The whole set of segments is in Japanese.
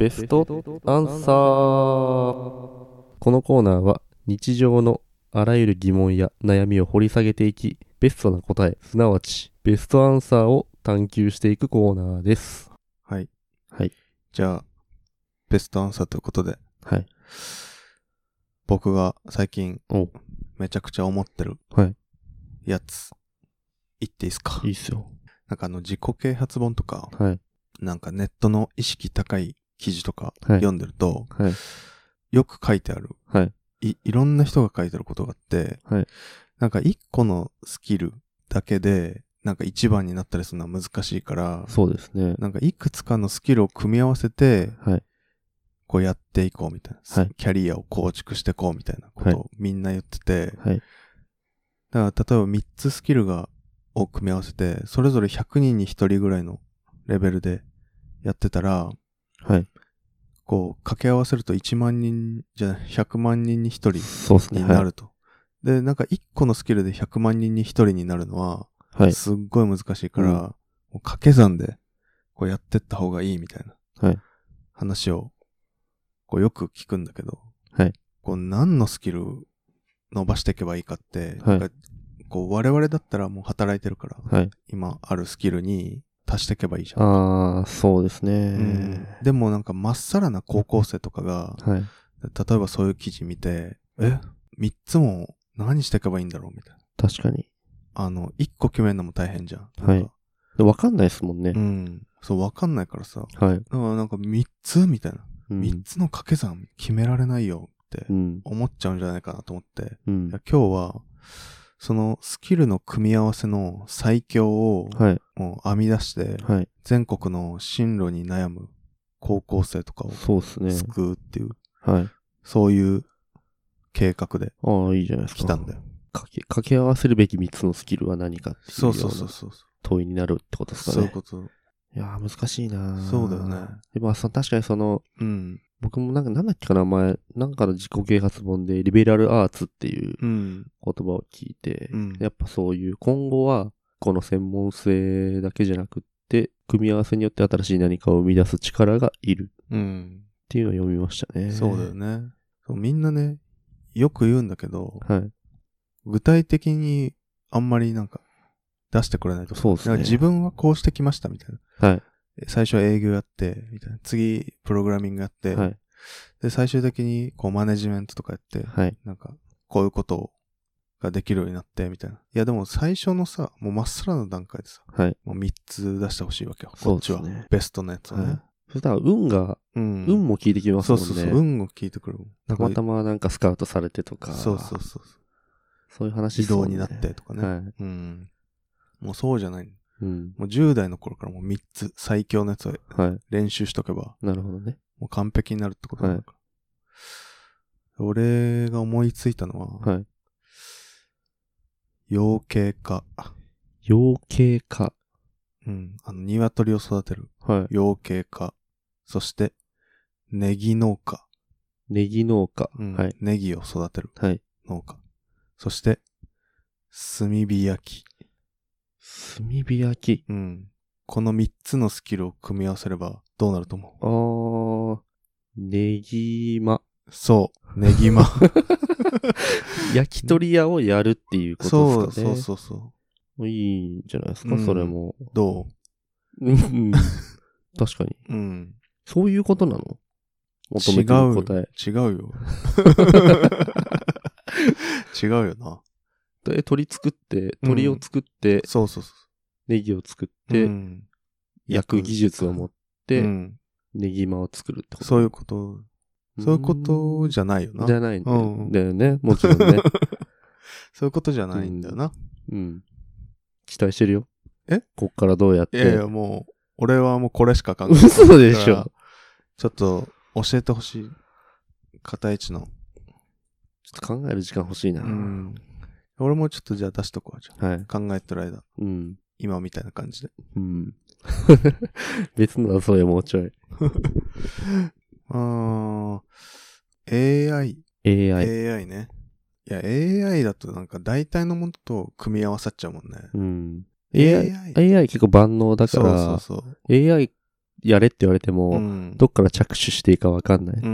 ベストアンサー。このコーナーは日常のあらゆる疑問や悩みを掘り下げていき、ベストな答え、すなわちベストアンサーを探求していくコーナーです。 はい。 はい。 じゃあ、ベストアンサーということで、 はい。 僕が最近めちゃくちゃ思ってるやつ、言っていいですか？ いいっすよ。 なんか自己啓発本とか、 はい。 なんかネットの意識高い記事とかはい読んでると、 はい。 よく書いてある、 はい。 いろんな人が書いてることがあって、 はい。 なんか一個のスキルだけで、なんか一番になったりするのは難しいから、 そうですね。 なんかいくつかのスキルを組み合わせて、 はい。 こうやっていこうみたいな、 はい。 キャリアを構築していこうみたいなことをみんな言ってて、 はい。 だから例えば3つスキルを組み合わせて、それぞれ100人に1人ぐらいのレベルでやってたら、 はい。 こう掛け合わせると1万人じゃない、100万人に1人になると。で、なんか1個のスキルで100万人に1人になるのは、 はい。 すっごい難しいから、もう掛け算でこうやってった方がいいみたいな話をこうよく聞くんだけど、 はい。 こう何のスキル伸ばしていけばいいかって、 はい、 なんかこう我々だったらもう働いてるから、 はい、 今あるスキルに足していけばいいじゃん。 ああ、そうですね、 でもなんかまっさらな高校生とかが、 はい、 例えばそういう記事見て、3つも何していけばいいんだろうみたいな。 確かに。 1個決めるのも大変じゃん。 はい。わかんないですもんね。 そう、わかんないからさ。 はい。 だからなんか3つみたいな。3つの掛け算決められないよって思っちゃうんじゃないかなと思って。今日は、そのスキルの組み合わせの最強をもう編み出して、全国の進路に悩む高校生とかを救うっていう、そういう計画で来たんだよ。 掛け合わせるべき3つのスキルは何かっていうような問いになるってことですかね。 そういうこと。 いやー難しいなー。 そうだよね。 でも確かに僕もなんだっけかな、前、なんかの自己啓発本でリベラルアーツっていう言葉を聞いて、やっぱそういう今後はこの専門性だけじゃなくって、組み合わせによって新しい何かを生み出す力がいるっていうのを読みましたね。 そうだよね。みんなね、よく言うんだけど、具体的にあんまりなんか出してくれないと。 そうですね。 自分はこうしてきましたみたいな。最初は営業やって、みたいな。次、プログラミングやって、で、最終的に、こう、マネジメントとかやって、なんか、こういうことができるようになって、みたいな。いや、でも最初のさ、もうまっさらな段階でさ、もう3つ出してほしいわけよ。こっちは。ベストなやつをね。 そしたら、運も効いてきますもんね。 そう、運も効いてくる。 たまたまなんかスカウトされてとか。 そう。 そういう話ですもんね。 移動になってとかね。もうそうじゃない。もう10代の頃からもう3つ最強のやつを練習しとけば、 なるほどね。 もう完璧になるってことだから。俺が思いついたのは、養鶏家。 養鶏家。 鶏を育てる。養鶏家。そして、ネギ農家。 ネギ農家。 ネギを育てる。農家。そして、炭火焼き。 炭火焼き。 この3つのスキルを組み合わせればどうなると思う？ネギマ。 そう、ネギマ。 焼き鳥屋をやるっていうことですかね。 そう。 いいんじゃないですか、それも。 どう？ 確かに。そういうことなの？求めてる答え。 違うよ。違うよな。 鳥を作って、 そう。 ネギを作って、焼く技術を持って、ネギマを作るってこと。 そういうことじゃないよな。 じゃないんだよね。もちろんね。 そういうことじゃないんだよな。 期待してるよ。こっからどうやって。 いやもう、俺はもうこれしか考えない。 嘘でしょ。 ちょっと、教えてほしい。片一の。 ちょっと考える時間欲しいな。 俺もちょっとじゃあ出しとこうじゃん。考えてる間。今みたいな感じで。 別のだそうよ、もうちょい。 AI ね。いや、AI だとなんか大体のものと組み合わさっちゃうもんね。 AI 結構万能だから、AI やれって言われても、どっから着手していいかわかんない。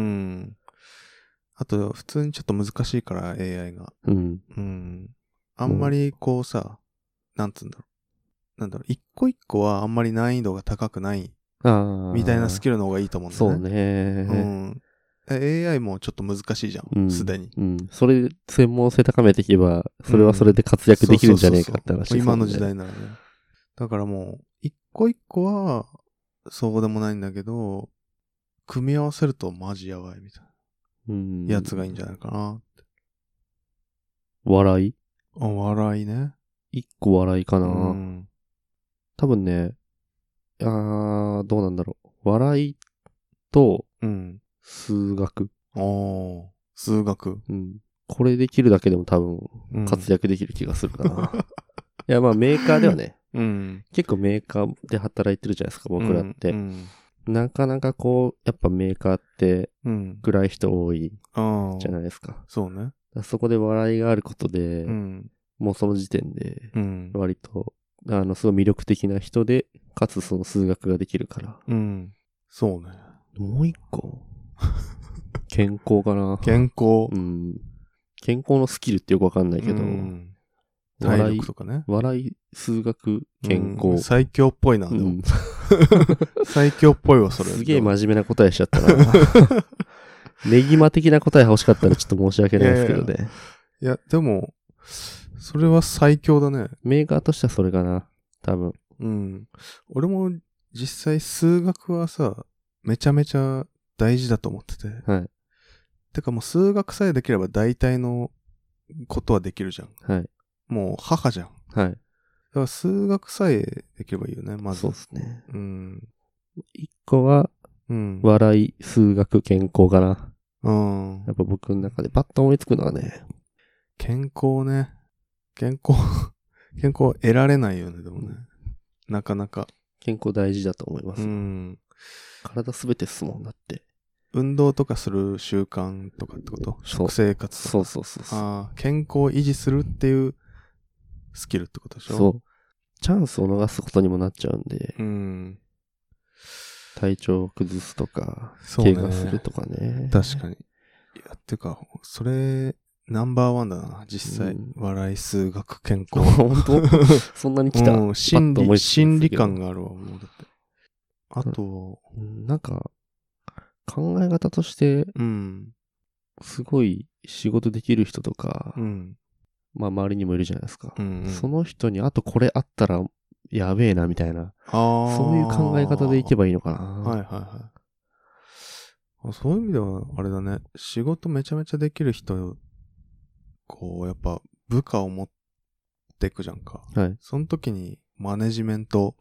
あと、普通にちょっと難しいから、AI が。あんまりこうさ、なんつうんだろう。一個一個はあんまり難易度が高くない。みたいなスキルの方がいいと思うんだよね。そうね。AI もちょっと難しいじゃん。すでに。 それで専門性高めていけば、それはそれで活躍できるんじゃねえかって話。 今の時代ならね。だからもう、一個一個は、そうでもないんだけど、組み合わせるとマジやばいみたいな。やつがいいんじゃないかなって。 笑い？ 笑いね。 一個笑いかな。多分ね、どうなんだろう。笑いと、数学。 数学。 これできるだけでも多分、活躍できる気がするな。いや、まあメーカーではね、結構メーカーで働いてるじゃないですか、僕らって。なかなかこう、やっぱメーカーって、暗い人多いじゃないですか。 そうね。 そこで笑いがあることで、もうその時点で、割と、すごい魅力的な人で、かつその数学ができるから。 そうね。 もう一個健康かな。 健康。 健康のスキルってよくわかんないけど、 体力とかね。 笑い、数学、健康。 最強っぽいな、でも。最強っぽいわ、それ。 すげえ真面目な答えしちゃったな。ネギマ的な答え欲しかったらちょっと申し訳ないですけどね。 いや、でも、それは最強だね。 メーカーとしてはそれかな。多分。 俺も実際数学はさ、めちゃめちゃ大事だと思ってて。 はい。 てかもう数学さえできれば大体のことはできるじゃん。 はい。 もう母じゃん。 はい。 だから数学さえできればいいよね、まず。 そうですね。一個は、笑い、数学、健康かな。やっぱ僕の中でパッと思いつくのはね。 健康ね。健康得られないよね、でもね。なかなか。 健康大事だと思います。体すべて進もんだって。 運動とかする習慣とかってこと？食生活とか。 そう。 健康を維持するっていうスキルってことでしょ？ そう。チャンスを逃すことにもなっちゃうんで。体調を崩すとか、怪我するとかね。 確かに。いや、ってか、それ、ナンバーワンだな、実際。笑い、数学、健康。 本当？そんなに来た。 心理感があるわ、もうだって。あと、 なんか、考え方として、すごい仕事できる人とか、まあ周りにもいるじゃないですか。その人にあとこれあったらやべえなみたいな、そういう考え方でいけばいいのかな。 そういう意味では、あれだね、仕事めちゃめちゃできる人、こう、やっぱ部下を持っていくじゃんか。その時にマネジメント、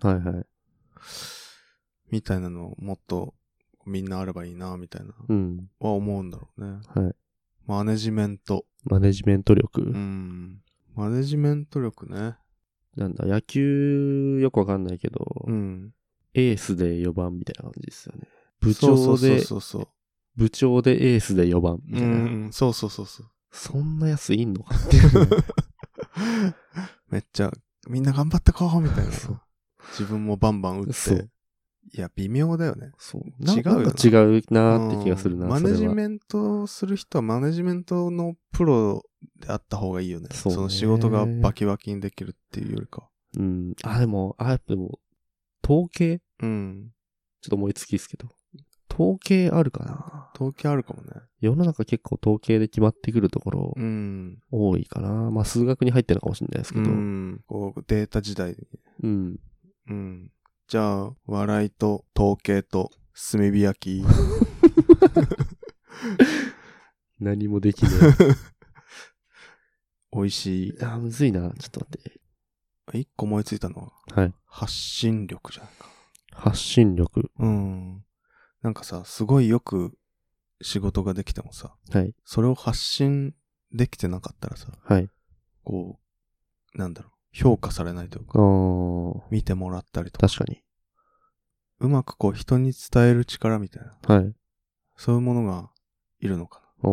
みたいなのをもっとみんなあればいいな、みたいな、は思うんだろうね。マネジメント力。 マネジメント力ね。 なんだ、野球よくわかんないけど、エースで4番みたいな感じですよね。部長でエースで4番みたいな。 そう。 そんなやついんのかっていう、ね。 めっちゃ、みんな頑張ってこうみたいな。自分もバンバン打って。いや、微妙だよね。違うよね。 違うなーって気がするな。 マネジメントする人はマネジメントのプロであった方がいいよね。その仕事がバキバキにできるっていうよりか。 でも、統計？ちょっと思いつきですけど。統計あるかな？ 統計あるかもね。 世の中結構統計で決まってくるところ、多いかな。まあ数学に入ってるのかもしれないですけど。 こうデータ時代に。じゃあ、笑いと統計と炭火焼き。 何もできない。 美味しい。 むずいな。ちょっと待って。 一個思いついたのは、発信力じゃないか。 発信力。 なんかさ、すごいよく仕事ができてもさ、それを発信できてなかったらさ、こう、なんだろう。評価されないというか、見てもらったりとか。 確かに。 うまくこう人に伝える力みたいな。そういうものがいるのかな。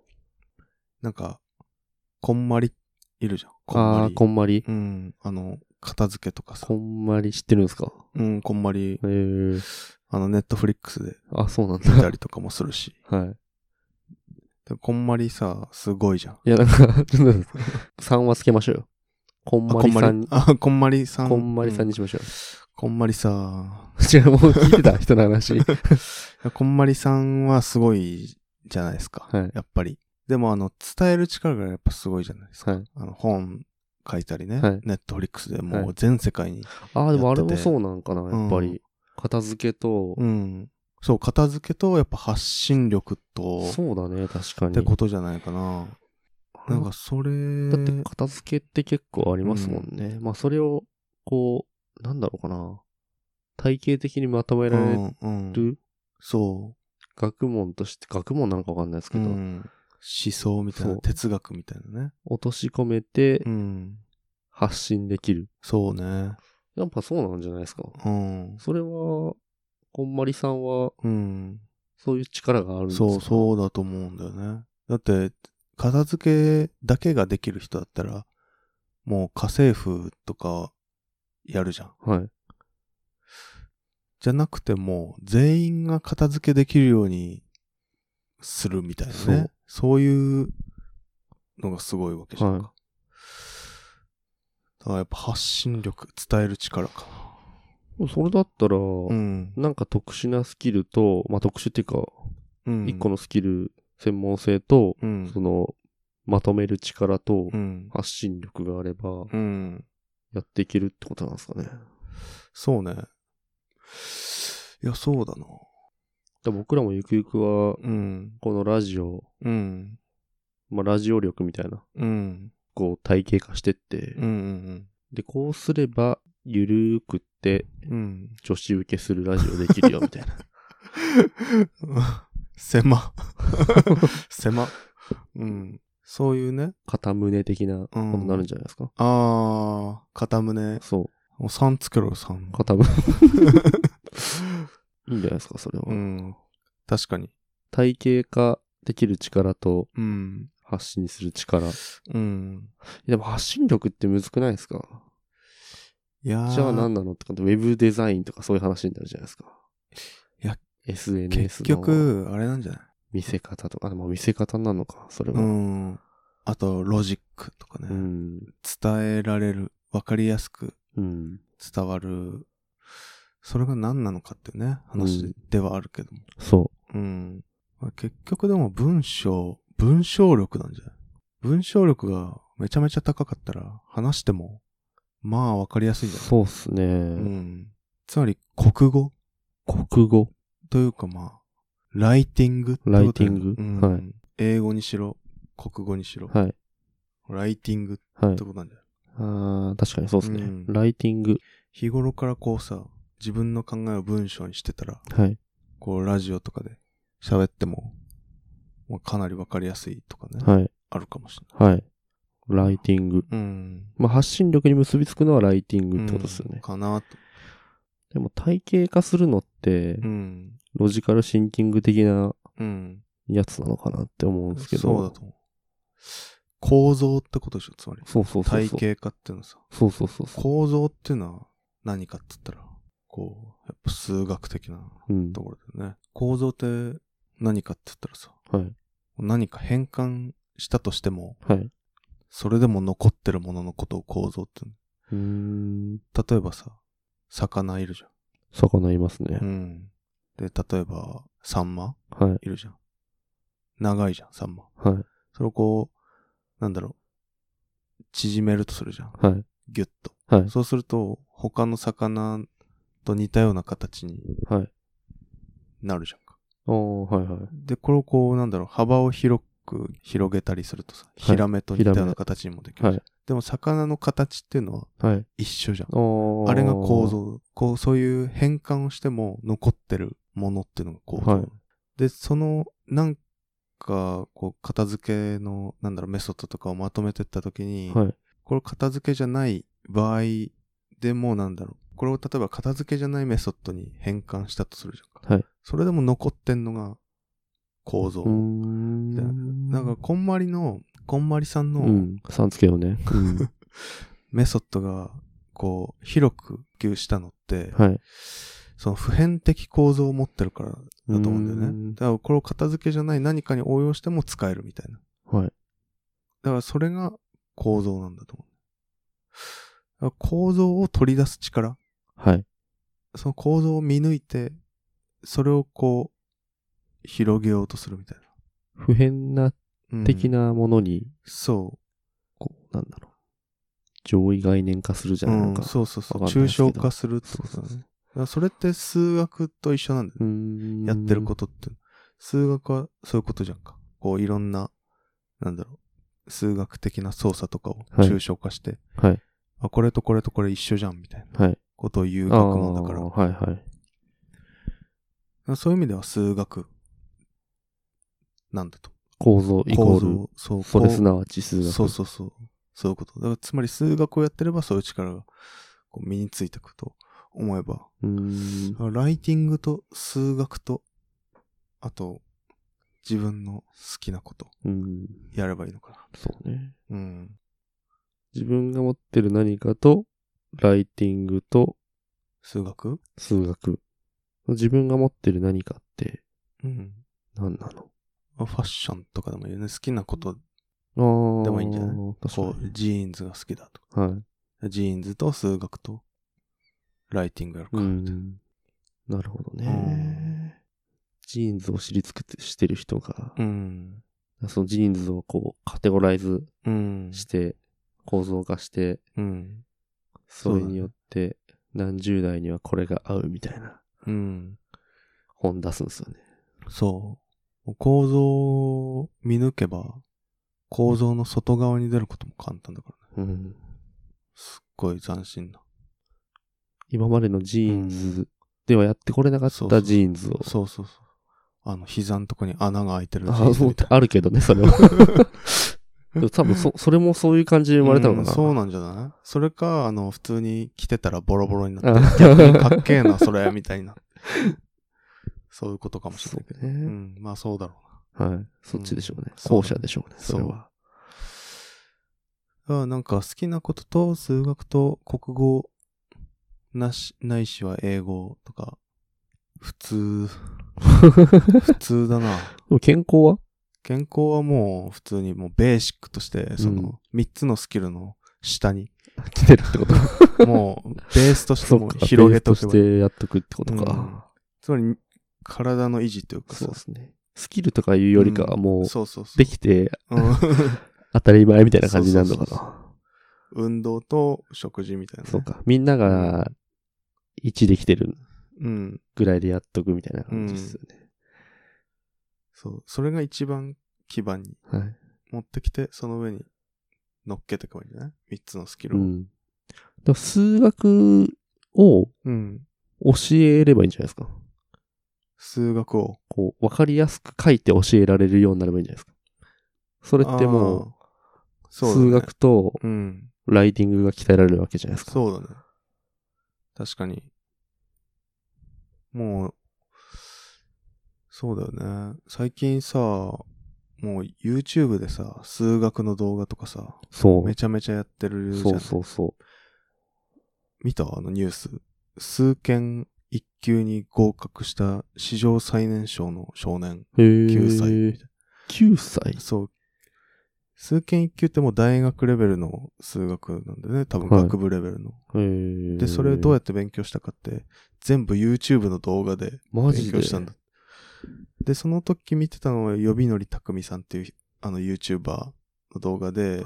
なんか、こんまりいるじゃん。 こんまり。 片付けとかさ。 こんまり知ってるんですか？ うん、こんまり。ネットフリックスで。 そうなんだ。 見たりとかもするし。 はい。 でこんまりさ、すごいじゃん。 いや、なんか、3はつけましょうよ。こんまりさん。 こんまりさん。 こんまりさんにしましょう。 こんまりさ。 違う、もう聞いてた人の話。 こんまりさんはすごいじゃないですか。はい。やっぱり。でも伝える力がやっぱすごいじゃないですか。はい。本書いたりね。はい。ネットフリックスでもう全世界にやってて。 でもあれもそうなんかな、やっぱり。片付けと。 うん。そう、片付けとやっぱ発信力と。 そうだね、確かに。 ってことじゃないかな。なんかそれ。 だって片付けって結構ありますもんね。まあそれを、こう、なんだろうかな。体系的にまとめられる。 そう。 学問として、学問なのかわかんないですけど。 思想みたいな、哲学みたいなね。 落とし込めて、発信できる。 そうね。 やっぱそうなんじゃないですか。それは、こんまりさんは、そういう力があるんですか？ そうだと思うんだよね。だって、片付けだけができる人だったら、もう家政婦とかやるじゃん。はい。じゃなくても、全員が片付けできるようにするみたいなね。そういうのがすごいわけじゃんか。はい、だからやっぱ発信力、伝える力かな。それだったら、なんか特殊なスキルと、まあ特殊っていうか、一個のスキル、専門性と、その、まとめる力と、発信力があれば、やっていけるってことなんですかね。 そうね。いや、そうだな。 僕らもゆくゆくは、このラジオ、まあラジオ力みたいな、こう体系化してって、で、こうすれば、ゆるーくって、女子受けするラジオできるよ、みたいな。 狭。そういうね。 片胸的なことになるんじゃないですか。 片胸。そう。もう3つけろよ、3。 片胸。いいんじゃないですか、それは。 確かに。 体系化できる力と、発信する力。でも発信力ってむずくないですか？じゃあ何なのってウェブデザインとかそういう話になるじゃないですか。 いや、 SNS の。結局、あれなんじゃない？ 見せ方とか、見せ方なのか、それは。 あと、ロジックとかね。伝えられる、わかりやすく伝わる。それが何なのかってね、話ではあるけども。 そう。 結局でも文章力なんじゃない？文章力がめちゃめちゃ高かったら、話しても、まあわかりやすいじゃない？ そうっすね。 つまり、国語というかまあ、ライティングってことだよね。ライティング、はい。英語にしろ、国語にしろ。はい。ライティングってことなんじゃない？ 確かにそうですね。ライティング。 日頃からこうさ、自分の考えを文章にしてたら、はい。こう、ラジオとかで喋っても、かなりわかりやすいとかね。はい。あるかもしれない。はい。 ライティング。まあ、発信力に結びつくのはライティングってことですよね。 かなと。 でも体系化するのって、ロジカルシンキング的なやつなのかなって思うんですけど。 そうだと思う。構造ってことでしょ、つまり。そう。体系化っていうのさ。そう。構造っていうのは何かって言ったら、こう、やっぱ数学的なところだよね。構造って何かって言ったらさ、はい、何か変換したとしても、はい、それでも残ってるもののことを構造って言う。例えばさ、魚いるじゃん。 魚いますね。 で、例えば、サンマ、はい、いるじゃん。長いじゃん、サンマ。はい。それをこう、なんだろう、縮めるとするじゃん。はい。ギュッと。はい。そうすると、他の魚と似たような形に、はい。なるじゃんか。はいはい。で、これをこう、なんだろう、幅を広げたりするとさ、ヒラメと似たような形にもできるじゃん。はい、でも、魚の形っていうのは、一緒じゃん。あれが構造。こう、そういう変換をしても残ってるものっていうのが構造。はい、で、その、なんか、こう、片付けの、なんだろう、メソッドとかをまとめていったときに、はい、これ片付けじゃない場合でも、なんだろう、これを例えば片付けじゃないメソッドに変換したとするじゃんか。はい。それでも残ってんのが構造。なんか、こんまりさんの、 さん付けをね。 メソッドが、 こう、広く普及したのって、 はい。 その普遍的構造を持ってるからだと思うんだよね。だからこれを片付けじゃない何かに応用しても使えるみたいな。 はい。 だからそれが構造なんだと思う。だから構造を取り出す力。 はい。 その構造を見抜いて、それをこう、広げようとするみたいな。 普遍な的なものに、 そう。 こう、なんだろう。上位概念化するじゃないか。 そうそうそう。抽象化するってことだね。それって数学と一緒なんだよね。やってることって。数学はそういうことじゃんか。こういろんな、なんだろう。数学的な操作とかを抽象化して。 はい。 あ、これとこれとこれ一緒じゃんみたいな。 はい。 ことを言う学問だから。 はいはい。 そういう意味では数学。なんだと。 構造イコール。そう。それすなわち数学。 そうそうそう。そういうこと。だからつまり数学をやってればそういう力がこう身についていくと思えば。ライティングと数学と、あと、自分の好きなこと。やればいいのかな。 そうね。自分が持ってる何かと、ライティングと、 数学。 自分が持ってる何かって、何なの？ ファッションとかでもいいよね。好きなことでもいいんじゃない？こう、ジーンズが好きだとか。はい。ジーンズと数学と、ライティングやるか。 なるほどね。ジーンズを知り尽くしてる人が、そのジーンズをこう、カテゴライズして、構造化して、それによって、何十代にはこれが合うみたいな、本出すんですよね。 そう。構造を見抜けば、構造の外側に出ることも簡単だからね。すっごい斬新な。 今までのジーンズではやってこれなかったジーンズを。 そう。膝のとこに穴が開いてるジーンズみたいな。 あるけどね、それは。多分それもそういう感じで生まれたのかな。 そうなんじゃない？それか、普通に着てたらボロボロになって、逆にかっけえな、それ、みたいな。そういうことかもしれないけど。まあそうだろうな。はい。そっちでしょうね。後者でしょうね、それは。 なんか好きなことと数学と国語ないしは英語とか、普通だな。 でも健康はもう普通にもうベーシックとして、その3つのスキルの下に来てるってこともうベースとしても広げとけば。 ベースとしてやっとくってことか。 つまり体の維持というかそうですね。スキルとかいうよりかはもう、できて、当たり前みたいな感じになるのかな。 運動と食事みたいな、ね。 そうか。みんなが1できてるぐらいでやっとくみたいな感じですよね。 そう。それが一番基盤に持ってきて、その上に乗っけていけばいいんじゃない？ 3 つのスキルを。 だ数学を教えればいいんじゃないですか。 数学をこう、わかりやすく書いて教えられるようになればいいんじゃないですか。それってもう、数学とライティングが鍛えられるわけじゃないですか。 そうだね。確かに。もう、そうだよね。最近さ、もう YouTube でさ、数学の動画とかさ、めちゃめちゃやってるじゃん。 そう。 見た？ニュース。数検1級に合格した史上最年少の少年。9歳みたいな。 9歳？ そう。数検1級ってもう大学レベルの数学なんでね。多分学部レベルの。で、それどうやって勉強したかって、全部 YouTube の動画で勉強したんだ。で、その時見てたのは、呼びのりたくみさんっていう、YouTuber の動画で、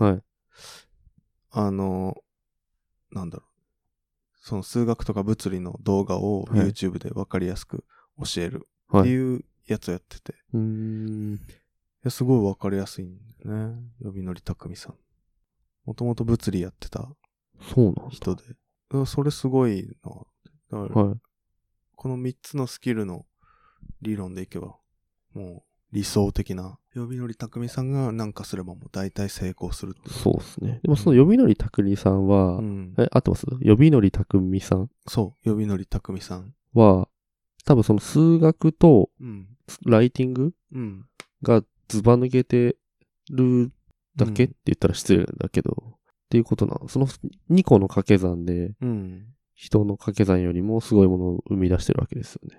なんだろう。その数学とか物理の動画を YouTube でわかりやすく教えるっていうやつをやってて。すごいわかりやすいんだよね。呼びのりたくみさん。もともと物理やってた人で。それすごいな。だから、この3つのスキルの理論でいけば、もう理想的な。呼びのりたくみさんがなんかすればもう大体成功するって。 そうですね。でもその呼びのりたくみさんは、合ってます？呼びのりたくみさん？ そう、呼びのりたくみさんは、多分その数学とライティングがズバ抜けてるだけって言ったら失礼だけど、っっていうことなの。その2個の掛け算で、人の掛け算よりもすごいものを生み出してるわけですよね。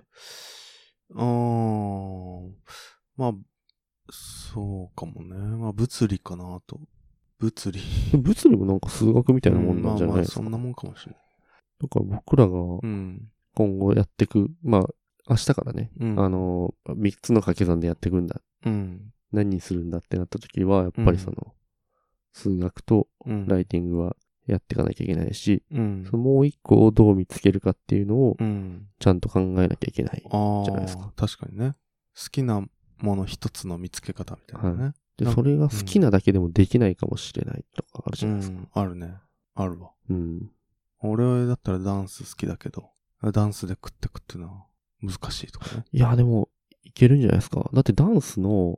まあ、そうかもね。まあ、物理かなと。物理もなんか数学みたいなもんなんじゃないですか。 そんなもんかもしれない。 だから僕らが今後やっていく、まあ、明日からね、3つの掛け算でやっていくんだ。何にするんだってなった時は、やっぱりその、数学とライティングはやっていかなきゃいけないし、そのもう一個をどう見つけるかっていうのを、ちゃんと考えなきゃいけないじゃないですか。 確かにね。好きなもの一つの見つけ方みたいなね。 で、それが好きなだけでもできないかもしれないとかあるじゃないですか。 あるね。あるわ。俺だったらダンス好きだけど、ダンスで食ってくってのは難しいとかね。 いや、でも、いけるんじゃないですか。だってダンスの、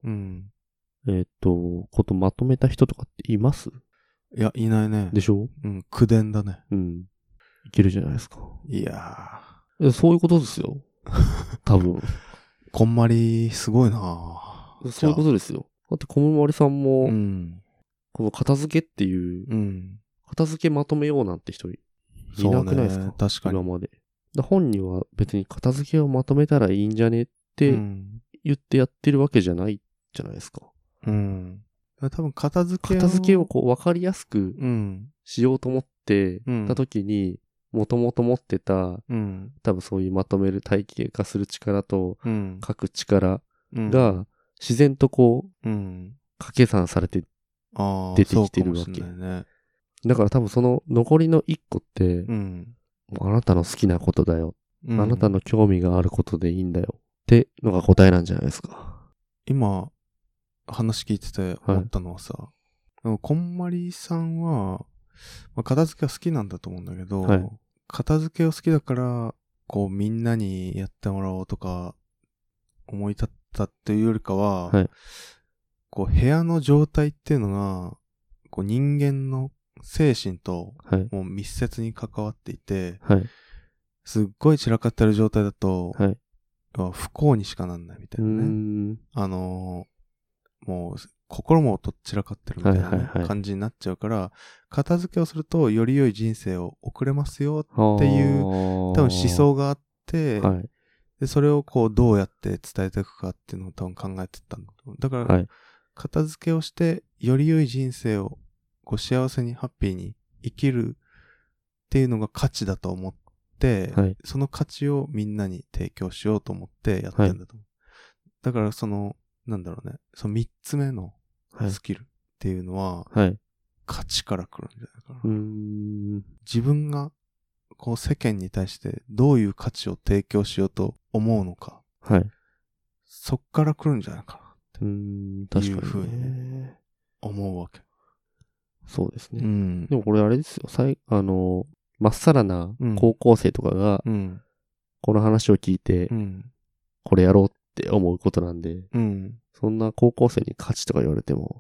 ことまとめた人とかっています？ いや、いないね。 でしょ？ 口伝だね。 いけるじゃないですか。 いやそういうことですよ。多分。 こんまり、すごいなそういうことですよ。だって、こむまりさんも、この片付けっていう、片付けまとめようなんて人いなくないですか？ 確かに。 今まで。本人は別に片付けをまとめたらいいんじゃねって言ってやってるわけじゃないじゃないですか。 多分片付けをこう分かりやすくしようと思ってた時に、もともと持ってた、多分そういうまとめる体系化する力と書く力が自然とこう、掛け算されて出てきてるわけ。だから多分その残りの1個って、あなたの好きなことだよ。あなたの興味があることでいいんだよ。ってのが答えなんじゃないですか。 今、話聞いてて思ったのはさ、こんまりさんは、片付けは好きなんだと思うんだけど、片付けを好きだから、こうみんなにやってもらおうとか思い立ったっていうよりかは、こう部屋の状態っていうのが、こう人間の精神ともう密接に関わっていて、すっごい散らかってる状態だと、不幸にしかなんないみたいなね。もう心もとっちらかってるみたいな、感じになっちゃうから、片付けをするとより良い人生を送れますよっていう多分思想があって、でそれをこうどうやって伝えていくかっていうのを多分考えてたんだと思う。だから、片付けをしてより良い人生をこう幸せにハッピーに生きるっていうのが価値だと思って、その価値をみんなに提供しようと思ってやってんだと思う。だからそのなんだろうね、その3つ目のスキルっていうのは、価値から来るんじゃないかな。自分がこう世間に対してどういう価値を提供しようと思うのか、そっから来るんじゃないかなっていうふうに思うわけ。 そうですね。でもこれあれですよ、まっさらな高校生とかが、この話を聞いて、これやろうって思うことなんで、そんな高校生に価値とか言われても、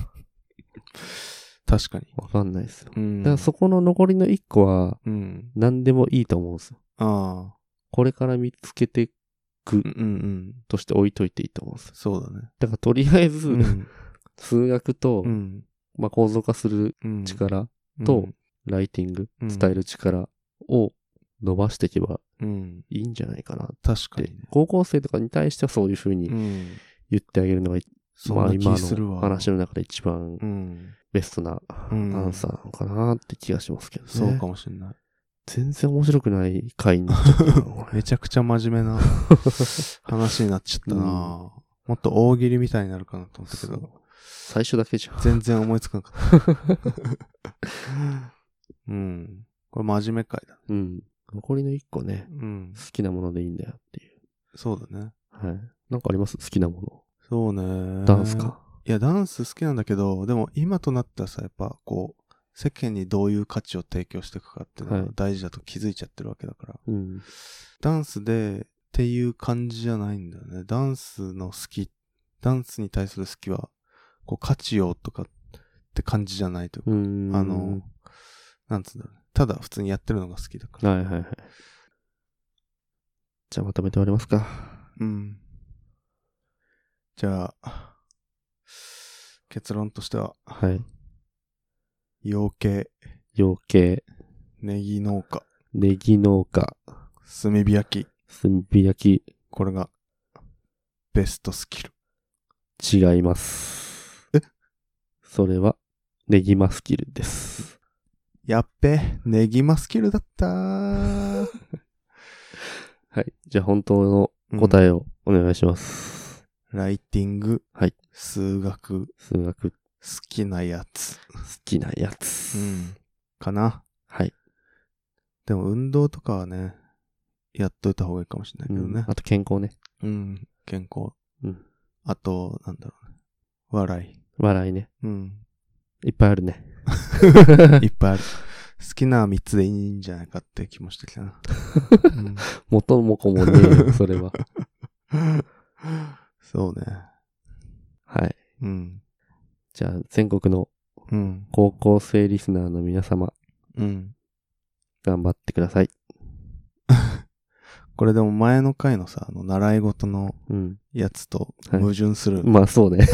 確かに。 わかんないですよ。だからそこの残りの1個は、何でもいいと思うんですよ。これから見つけていくとして置いといていいと思うんですよ。 そうだね。 だからとりあえず、数学と、構造化する力と、ライティング、伝える力を伸ばしていけばいいんじゃないかなって。 確かに、ね。 高校生とかに対してはそういう風に言ってあげるのが、今の話の中で一番ベストなアンサーなのかなって気がしますけどね。 そうかもしれない。 全然面白くない回になっちゃったな。 めちゃくちゃ真面目な話になっちゃったな、もっと大喜利みたいになるかなと思ったけど。 最初だけじゃん。 全然思いつかなかった。これ真面目回だ。 残りの1個ね、好きなものでいいんだよっていう。 そうだね。 なんかあります？好きなもの。 そうね。 ダンスか。 いや、ダンス好きなんだけど、でも今となったらさ、やっぱこう、世間にどういう価値を提供していくかっていうのが大事だと気づいちゃってるわけだから。ダンスでっていう感じじゃないんだよね。ダンスの好き、ダンスに対する好きは、こう価値をとかって感じじゃないというか、なんつうんだろうね。ただ普通にやってるのが好きだから。 じゃあまとめて終わりますか。 じゃあ、結論としては、 養鶏。 養鶏。 ネギ農家。 ネギ農家。 炭火焼き。 炭火焼き。 これが、ベストスキル。 違います。それは、ネギマスキルです。 やっべ、ネギマスキルだったー。 はい。じゃあ本当の答えをお願いします。 ライティング。 はい。 数学。 数学。 好きなやつ。 好きなやつ。 かな。 はい。 でも運動とかはね、やっといた方がいいかもしれないけどね。 あと健康ね。 健康。あと、なんだろうね。笑いね。いっぱいあるね。 いっぱいある。好きな3つでいいんじゃないかって気もしてきたな。 元も子もねえよ、それは。 そうね。 はい。じゃあ、全国の高校生リスナーの皆様、頑張ってください。 これでも前の回のさ、習い事のやつと矛盾する。 まあそうね。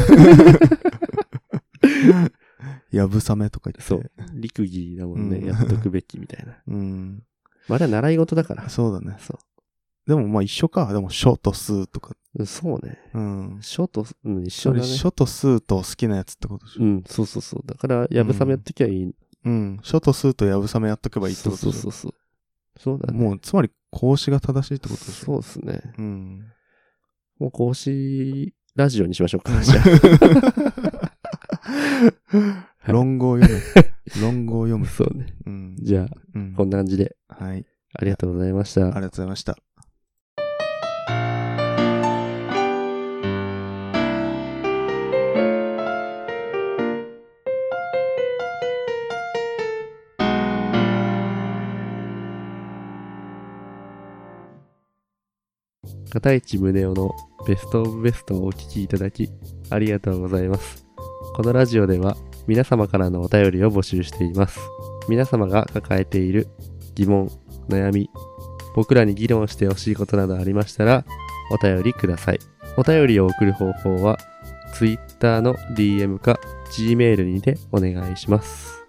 やぶさめとか言って。 そう。陸技だもんね。やっとくべきみたいな。あれは習い事だから。 そうだね。そう。でもまあ一緒か。でも書と数とか。 そうね。書と、一緒だね。 書と数と好きなやつってことでしょ。 そう。だから、やぶさめやっときゃいい。 書と数とやぶさめやっとけばいいってことでしょ。そうだね。もう、つまり講師が正しいってことでしょ。 そうですね。もう講師ラジオにしましょうか。じゃあ。論語を読む。論語を読む。 そうね。じゃあ、こんな感じで。 はい。 ありがとうございました。 ありがとうございました。 片市宗男のベストオブベストをお聞きいただきありがとうございます。このラジオでは皆様からのお便りを募集しています。皆様が抱えている疑問、悩み、僕らに議論してほしいことなどありましたらお便りください。お便りを送る方法は Twitter の DM か Gmail にてお願いします。